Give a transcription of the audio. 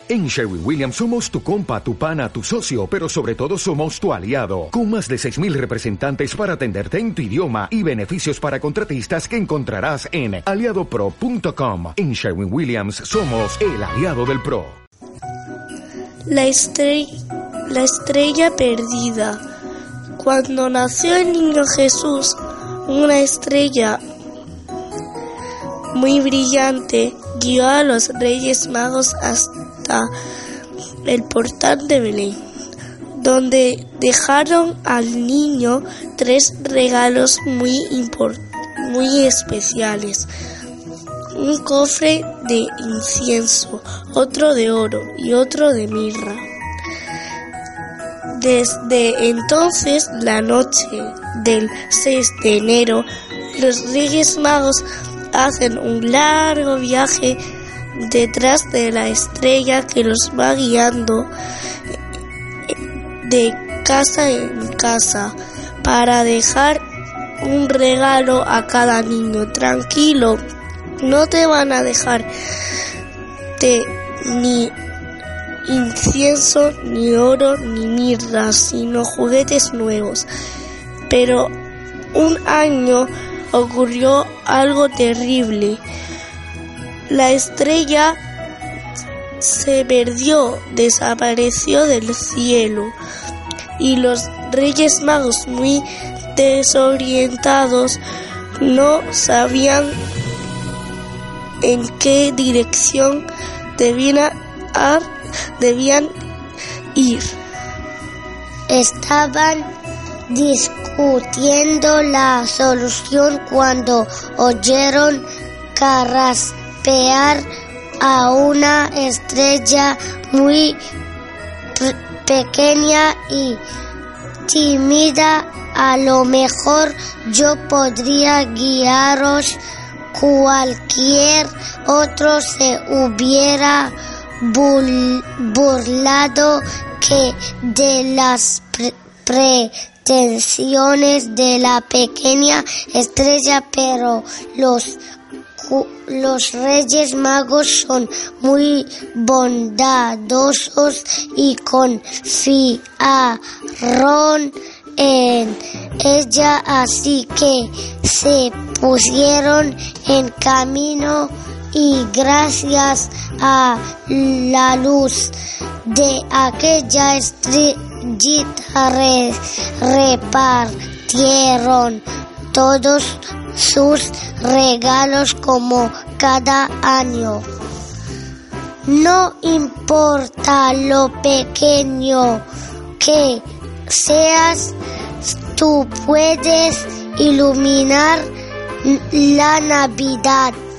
En Sherwin-Williams somos tu compa, tu pana, tu socio, pero sobre todo somos tu aliado, con más de 6,000 representantes para atenderte en tu idioma y beneficios para contratistas que encontrarás en aliadopro.com. En Sherwin-Williams somos el aliado del pro. La estrella perdida. Cuando nació el niño Jesús, una estrella muy brillante guió a los Reyes Magos hasta el portal de Belén, donde dejaron al niño 3 regalos muy especiales: un cofre de incienso, otro de oro y otro de mirra. Desde entonces, la noche del 6 de enero, los Reyes Magos hacen un largo viaje detrás de la estrella que los va guiando de casa en casa para dejar un regalo a cada niño. Tranquilo, no te van a dejar ni incienso, ni oro, ni mirra, sino juguetes nuevos. Pero un año ocurrió algo terrible. La estrella se perdió, desapareció del cielo, y los Reyes Magos, muy desorientados, no sabían en qué dirección debían ir. Estaban discutiendo la solución cuando oyeron carraspear a una estrella muy pequeña y tímida. A lo mejor yo podría guiaros. Cualquier otro se hubiera burlado de las pretensiones de la pequeña estrella, pero los Reyes Magos son muy bondadosos y confiaron en ella, así que se pusieron en camino, y gracias a la luz de aquella estrellita repartieron todos sus regalos como cada año. No importa lo pequeño que seas, tú puedes iluminar la Navidad.